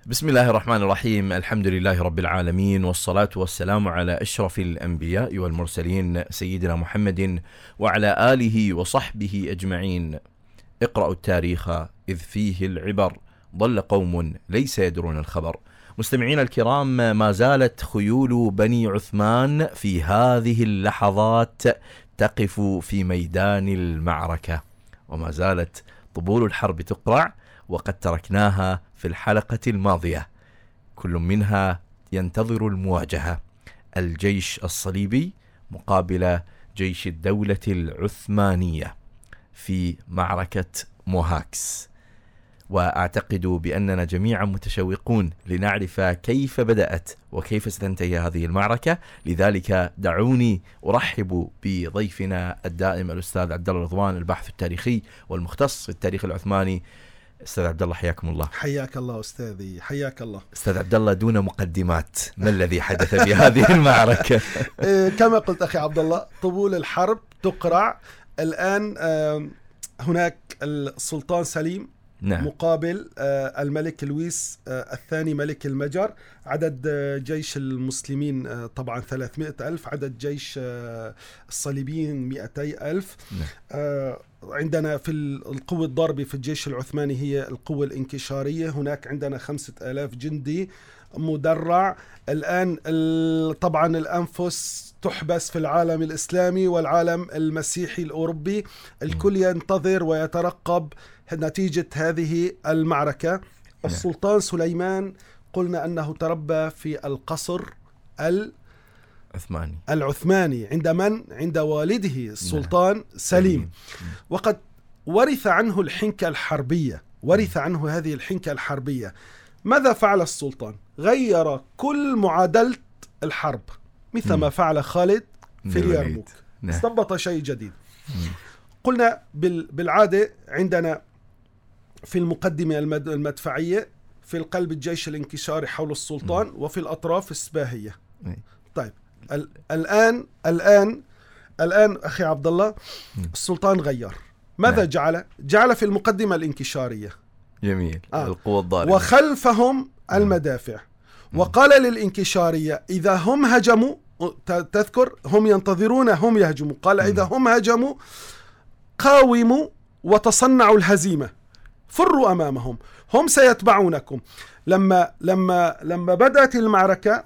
بسم الله الرحمن الرحيم. الحمد لله رب العالمين، والصلاة والسلام على أشرف الأنبياء والمرسلين سيدنا محمد وعلى آله وصحبه أجمعين. اقرأوا التاريخ إذ فيه العبر، ضل قوم ليس يدرون الخبر. مستمعين الكرام، ما زالت خيول بني عثمان في هذه اللحظات تقف في ميدان المعركة، وما زالت طبول الحرب تقرع، وقد تركناها في الحلقة الماضية. كل منها ينتظر المواجهة، الجيش الصليبي مقابل جيش الدولة العثمانية في معركة موهاكس. وأعتقد بأننا جميعا متشوقون لنعرف كيف بدأت وكيف ستنتهي هذه المعركة. لذلك دعوني أرحب بضيفنا الدائم الأستاذ عبد الله رضوان، الباحث التاريخي والمختص في التاريخ العثماني. أستاذ عبد الله، حياكم الله. حياك الله أستاذي، حياك الله. أستاذ عبد الله، دون مقدمات، ما الذي حدث في هذه المعركة؟ كما قلت أخي عبد الله، طبول الحرب تقرع الآن. هناك السلطان سليم، نعم، مقابل الملك لويس الثاني ملك المجر. عدد جيش المسلمين طبعا 300,000، عدد جيش الصليبيين 200,000. نعم. عندنا في القوة الضاربة في الجيش العثماني هي القوة الانكشارية. هناك عندنا 5,000 جندي مدرع. الآن طبعا الأنفس تحبس في العالم الإسلامي والعالم المسيحي الأوروبي. الكل ينتظر ويترقب نتيجة هذه المعركة. السلطان سليمان قلنا أنه تربى في القصر العثماني عند والده السلطان سليم، وقد ورث عنه الحنكة الحربية، هذه الحنكة الحربية. ماذا فعل السلطان؟ غير كل معادلة الحرب، مثل ما فعل خالد في اليرموك. استنبط شيء جديد. قلنا بالعادة عندنا في المقدمة المدفعية، في القلب الجيش الانكشاري حول السلطان، وفي الأطراف السباهية. طيب الآن أخي عبد الله، السلطان غير. ماذا جعل في المقدمة الانكشارية. جميل. القوة الضاربة، وخلفهم المدافع. وقال للانكشارية إذا هم هجموا، تذكر هم ينتظرون هم يهجموا، قال إذا هم هجموا قاوموا وتصنعوا الهزيمة، فروا أمامهم، هم سيتبعونكم. لما بدأت المعركة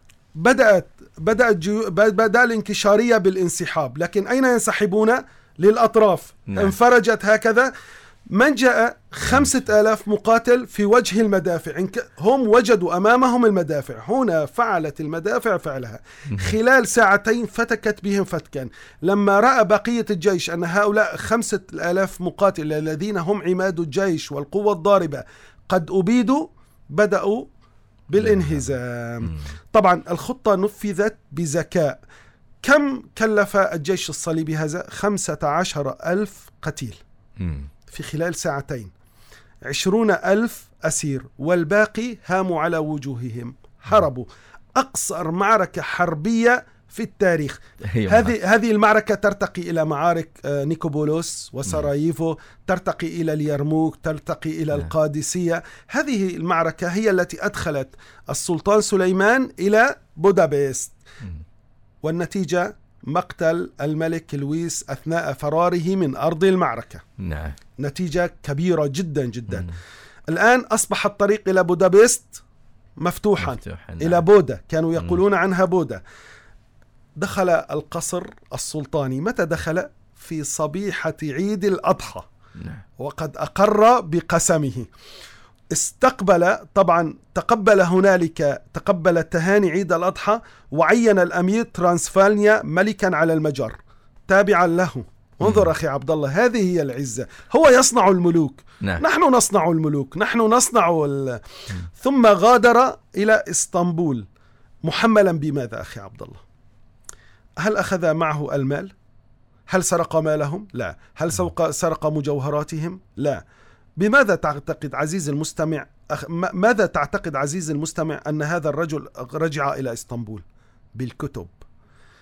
بدأ الانكشارية بالانسحاب، لكن أين ينسحبون؟ للأطراف. نعم. انفرجت هكذا. من جاء 5,000 مقاتل في وجه المدافع، هم وجدوا أمامهم المدافع. هنا فعلت المدافع فعلها. خلال ساعتين فتكت بهم فتكا. لما رأى بقية الجيش أن هؤلاء 5,000 مقاتل الذين هم عماد الجيش والقوة الضاربة قد أبيدوا، بدأوا بالانهزام. طبعا الخطة نفذت بذكاء. كم كلف الجيش الصليبي هذا؟ 15,000 قتيل في خلال ساعتين، 20,000 أسير، والباقي هاموا على وجوههم، هربوا. أقصر معركة حربية في التاريخ. هذه المعركة ترتقي إلى معارك نيكوبولوس وسراييفو، ترتقي إلى اليرموك، ترتقي إلى القادسية. هذه المعركة هي التي أدخلت السلطان سليمان إلى بودابست، والنتيجة مقتل الملك لويس أثناء فراره من أرض المعركة. نعم. نتيجة كبيرة جدا جدا. الآن أصبح الطريق إلى بودابست مفتوحا. نعم. إلى بودا، كانوا يقولون عنها بودا. دخل القصر السلطاني. متى دخل؟ في صبيحة عيد الأضحى. نعم. وقد أقر بقسمه. تقبل تهاني عيد الأضحى، وعين الأمير ترانسفالنيا ملكا على المجر تابعا له. انظر أخي عبد الله، هذه هي العزة. هو يصنع الملوك. نعم. نحن نصنع الملوك، نحن نصنع ثم غادر إلى إسطنبول محملا بماذا أخي عبد الله؟ هل أخذ معه المال؟ هل سرق مالهم؟ لا. هل سرق مجوهراتهم؟ لا. بماذا تعتقد عزيز المستمع ماذا تعتقد عزيز المستمع أن هذا الرجل رجع إلى إسطنبول؟ بالكتب.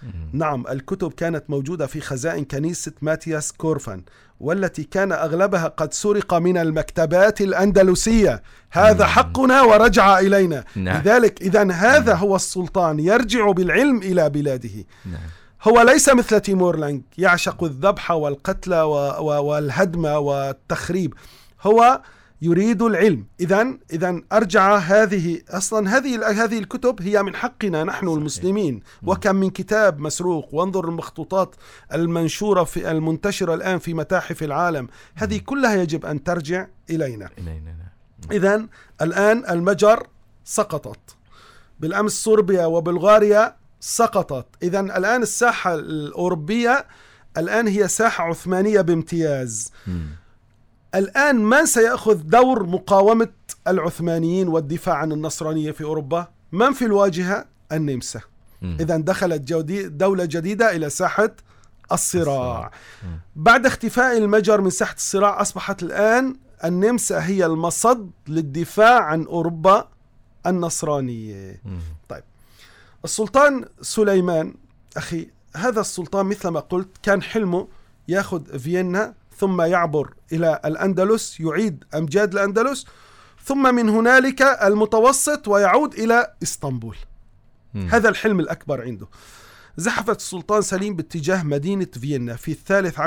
نعم، الكتب كانت موجودة في خزائن كنيسة ماتياس كورفان، والتي كان أغلبها قد سرق من المكتبات الأندلسية. هذا حقنا ورجع إلينا. لذلك إذن هذا هو السلطان يرجع بالعلم إلى بلاده. هو ليس مثل تيمور لانج يعشق الذبح والقتل والهدم والتخريب، هو يريد العلم. إذن أرجع هذه الكتب هي من حقنا نحن المسلمين. وكم من كتاب مسروق، وانظر المخطوطات المنشورة المنتشرة الآن في متاحف العالم، هذه كلها يجب أن ترجع إلينا. إذن الآن المجر سقطت، بالأمس صربيا وبلغاريا سقطت. إذن الآن الساحة الأوروبية الآن هي ساحة عثمانية بامتياز. الآن من سيأخذ دور مقاومة العثمانيين والدفاع عن النصرانية في أوروبا؟ من في الواجهة؟ النمسا. إذن دخلت دولة جديدة إلى ساحة الصراع. بعد اختفاء المجر من ساحة الصراع، أصبحت الآن النمسا هي المصد للدفاع عن أوروبا النصرانية. طيب، السلطان سليمان أخي، هذا السلطان مثل ما قلت كان حلمه يأخذ فيينا، ثم يعبر إلى الأندلس، يعيد أمجاد الأندلس، ثم من هنالك المتوسط ويعود إلى إسطنبول. هذا الحلم الأكبر عنده. زحفت السلطان سليم باتجاه مدينة فيينا في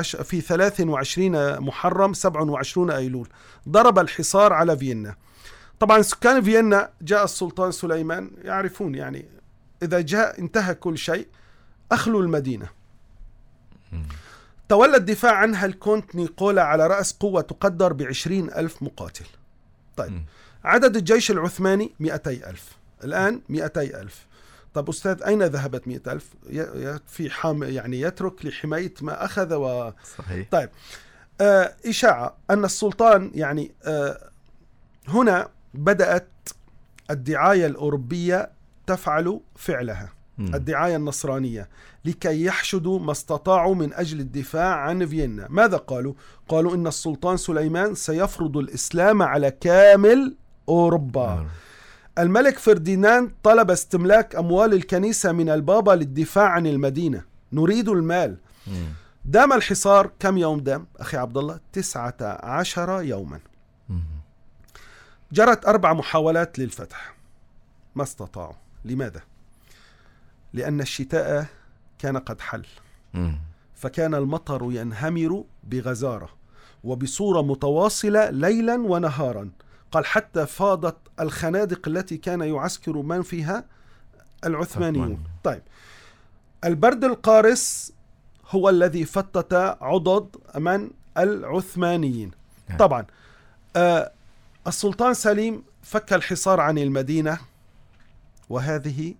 23 محرم 27 أيلول. ضرب الحصار على فيينا. طبعا سكان فيينا جاء السلطان سليمان يعرفون، يعني إذا جاء انتهى كل شيء، أخلوا المدينة. تولى الدفاع عنها الكونت نيقولا على رأس قوة تقدر ب20,000 مقاتل. طيب، عدد الجيش العثماني 200,000. الآن 200,000. طب أستاذ، أين ذهبت 100,000؟ في يعني يترك لحماية ما أخذ صحيح. طيب، إشاعة أن السلطان يعني هنا بدأت الدعاية الأوروبية تفعل فعلها، الدعاية النصرانية، لكي يحشدوا ما استطاعوا من أجل الدفاع عن فيينا. ماذا قالوا؟ قالوا إن السلطان سليمان سيفرض الإسلام على كامل أوروبا. الملك فرديناند طلب استملاك أموال الكنيسة من البابا للدفاع عن المدينة. نريد المال. دام الحصار كم يوم دام أخي عبد الله؟ 19 يوما. جرت 4 محاولات للفتح، ما استطاعوا. لماذا؟ لأن الشتاء كان قد حل، فكان المطر ينهمر بغزارة وبصورة متواصلة ليلا ونهارا. قال حتى فاضت الخنادق التي كان يعسكر من فيها العثمانيون. طيب، البرد القارس هو الذي فتت عضد من العثمانيين. طبعا السلطان سليم فك الحصار عن المدينة، وهذه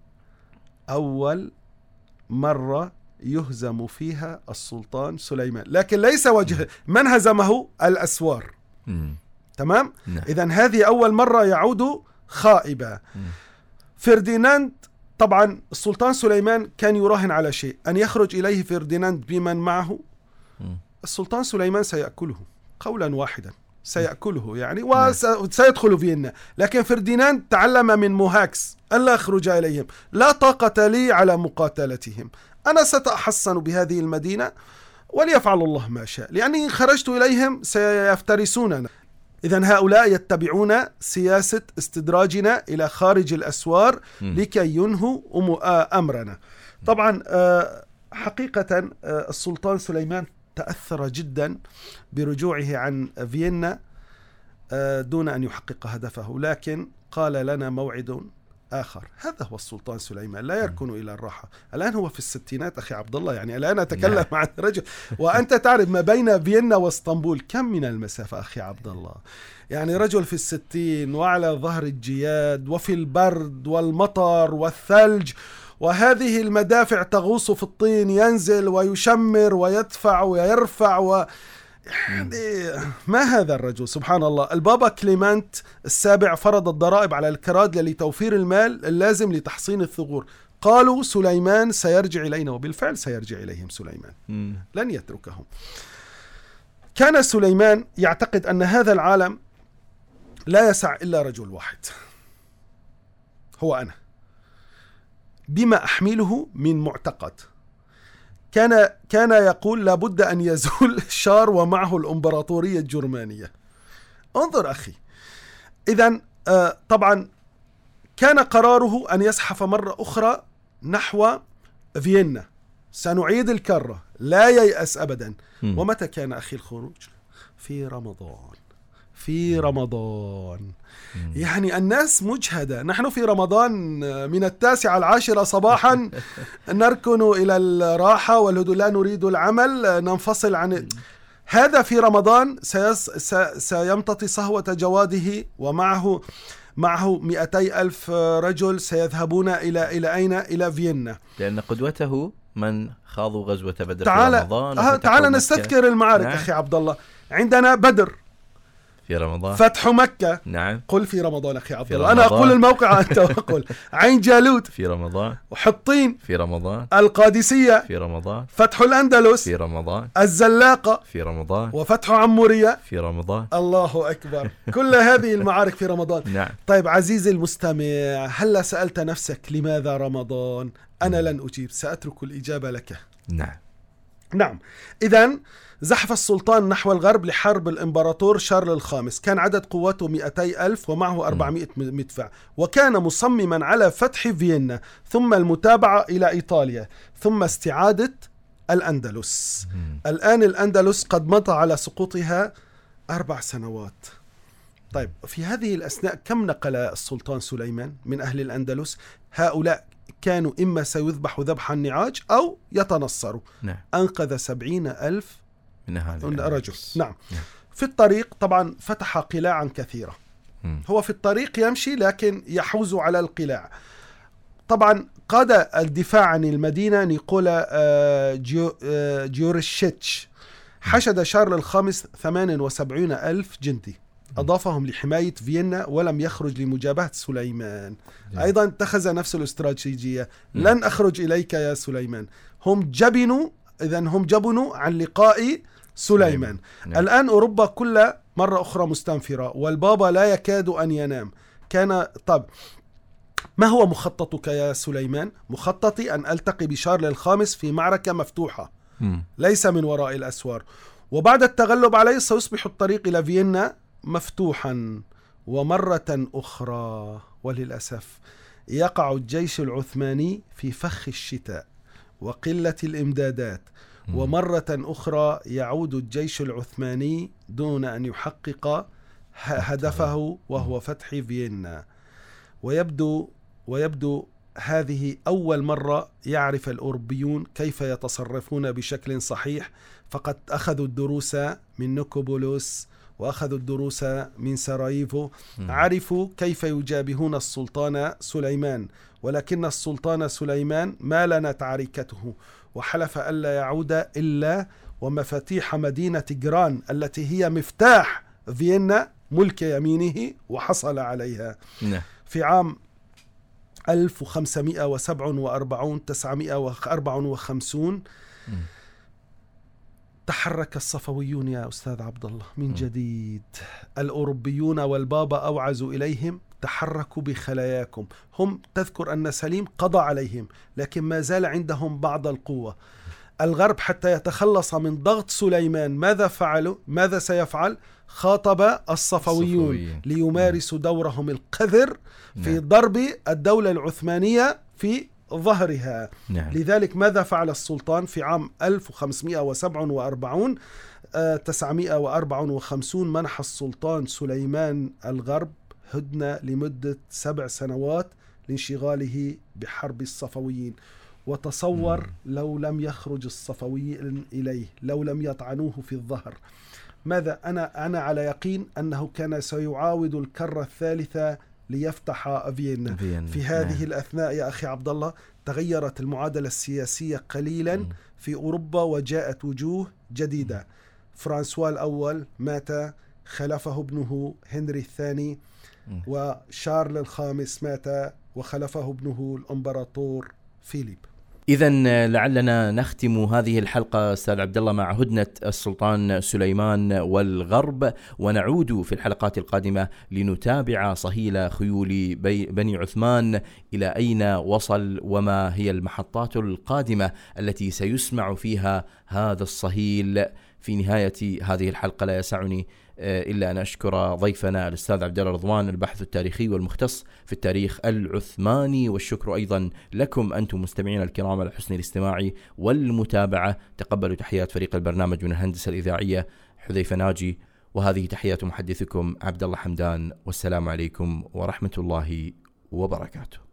أول مرة يهزم فيها السلطان سليمان، لكن ليس وجه من هزمه الأسوار. تمام؟ إذن هذه أول مرة يعود خائبا. فرديناند، طبعا السلطان سليمان كان يراهن على شيء، أن يخرج إليه فرديناند بمن معه. السلطان سليمان سيأكله قولا واحدا، سيأكله يعني، وسيدخل فيينا. لكن فرديناند تعلم من موهاكس ألا أخرج إليهم، لا طاقة لي على مقاتلتهم، أنا سأتحصن بهذه المدينة وليفعل الله ما شاء، لأني خرجت إليهم سيفترسوننا. إذن هؤلاء يتبعون سياسة استدراجنا إلى خارج الأسوار لكي ينهوا أمرنا. طبعا حقيقة السلطان سليمان تأثر جدا برجوعه عن فيينا دون أن يحقق هدفه، لكن قال لنا موعد آخر. هذا هو السلطان سليمان، لا يركن إلى الراحة. الآن هو في الستينات أخي عبد الله، يعني الآن أتكلم عن رجل، وأنت تعرف ما بين فيينا واسطنبول كم من المسافة أخي عبد الله. يعني رجل في 60 وعلى ظهر الجياد وفي البرد والمطر والثلج، وهذه المدافع تغوص في الطين، ينزل ويشمر ويدفع ويرفع يعني ما هذا الرجل؟ سبحان الله. البابا كليمنت السابع فرض الضرائب على الكرادلة لتوفير المال اللازم لتحصين الثغور. قالوا سليمان سيرجع إلينا، وبالفعل سيرجع إليهم سليمان، لن يتركهم. كان سليمان يعتقد أن هذا العالم لا يسع إلا رجل واحد، هو أنا، بما أحمله من معتقد كان يقول لابد أن يزول الشار ومعه الإمبراطورية الجرمانية. انظر أخي، إذن طبعا كان قراره أن يزحف مرة أخرى نحو فيينا. سنعيد الكرة، لا ييأس أبدا. ومتى كان أخي الخروج؟ في رمضان. في رمضان. يعني الناس مجهدة. نحن في رمضان من 9-10 صباحا نركن إلى الراحة والهدوء، لا نريد العمل، ننفصل عن هذا. في رمضان سيمتطي صهوة جواده، ومعه 200,000 رجل سيذهبون إلى أين؟ إلى فيينا، لأن قدوته من خاضوا غزوة بدر في رمضان. تعال نستذكر المعارك. نعم. أخي عبد الله، عندنا بدر في رمضان، فتح مكة. نعم. قل في رمضان أخي عبد الله، أنا أقول الموقع أنت أقول. عين جالوت في رمضان، وحطين في رمضان، القادسية في رمضان، فتح الأندلس في رمضان، الزلاقة في رمضان، وفتح عمورية في رمضان. الله أكبر. كل هذه المعارك في رمضان. نعم. طيب عزيزي المستمع، هل سألت نفسك لماذا رمضان؟ أنا لن أجيب، سأترك الإجابة لك. نعم. إذن زحف السلطان نحو الغرب لحرب الإمبراطور شارل الخامس. كان عدد قواته 200,000 ومعه 400 مدفع، وكان مصمما على فتح فيينا، ثم المتابعة إلى إيطاليا، ثم استعادة الأندلس. الآن الأندلس قد مضى على سقوطها 4 سنوات. طيب في هذه الأثناء كم نقل السلطان سليمان من أهل الأندلس؟ هؤلاء كانوا إما سيذبحوا ذبح النعاج أو يتنصروا. نعم. أنقذ 70,000 من رجل. نعم. في الطريق طبعا فتح قلاعا كثيرة. هو في الطريق يمشي لكن يحوز على القلاع. طبعا قاد الدفاع عن المدينة نيكولا جيورشيتش. حشد شارل الخامس 78,000 جندي، أضافهم لحماية فيينا، ولم يخرج لمجابهة سليمان. أيضا اتخذ نفس الاستراتيجية، لن أخرج إليك يا سليمان. هم جبنوا عن لقاء سليمان. الآن أوروبا كل مرة أخرى مستنفرة، والبابا لا يكاد أن ينام. طب ما هو مخططك يا سليمان؟ مخططي أن ألتقي بشارل الخامس في معركة مفتوحة، ليس من وراء الأسوار، وبعد التغلب عليه سيصبح الطريق إلى فيينا مفتوحا. ومرة أخرى وللأسف يقع الجيش العثماني في فخ الشتاء وقلة الإمدادات، ومرة أخرى يعود الجيش العثماني دون أن يحقق هدفه وهو فتح فيينا. ويبدو هذه أول مرة يعرف الأوروبيون كيف يتصرفون بشكل صحيح، فقد أخذوا الدروس من نيكوبولوس وأخذوا الدروس من سراييفو. عرفوا كيف يجابهون السلطان سليمان، ولكن السلطان سليمان ما لنت عركته، وحلف ألا يعود إلا ومفاتيح مدينة جران التي هي مفتاح فيينا ملك يمينه، وحصل عليها. في عام 1547 تحرك الصفويون يا أستاذ عبد الله من جديد. الأوروبيون والبابا أوعزوا إليهم: تحركوا بخلاياكم. هم تذكر أن سليم قضى عليهم، لكن ما زال عندهم بعض القوة. الغرب حتى يتخلص من ضغط سليمان ماذا فعلوا؟ ماذا سيفعل؟ خاطب الصفويون ليمارسوا دورهم القذر في ضرب الدولة العثمانية في ظهرها. لذلك ماذا فعل السلطان في عام 1547 954 منح السلطان سليمان الغرب هدنة لمدة 7 سنوات لانشغاله بحرب الصفويين. وتصور لو لم يخرج الصفويين إليه، لو لم يطعنوه في الظهر، ماذا؟ أنا على يقين أنه كان سيعاود الكرة الثالثة ليفتح فيينا. في هذه الأثناء يا أخي عبد الله تغيرت المعادلة السياسية قليلا في أوروبا، وجاءت وجوه جديدة. فرانسوا الأول مات، خلفه ابنه هنري الثاني، وشارل الخامس مات وخلفه ابنه الإمبراطور فيليب. إذا لعلنا نختم هذه الحلقة أستاذ عبد الله مع هدنة السلطان سليمان والغرب، ونعود في الحلقات القادمة لنتابع صهيل خيول بني عثمان إلى أين وصل، وما هي المحطات القادمة التي سيسمع فيها هذا الصهيل. في نهاية هذه الحلقة لا يسعني إلا أن أشكر ضيفنا الأستاذ عبد الله رضوان، الباحث التاريخي والمختص في التاريخ العثماني، والشكر أيضا لكم أنتم مستمعين الكرام على حسن الاستماع والمتابعة. تقبلوا تحيات فريق البرنامج من الهندسة الإذاعية حذيفة ناجي، وهذه تحيات محدثكم عبد الله حمدان، والسلام عليكم ورحمة الله وبركاته.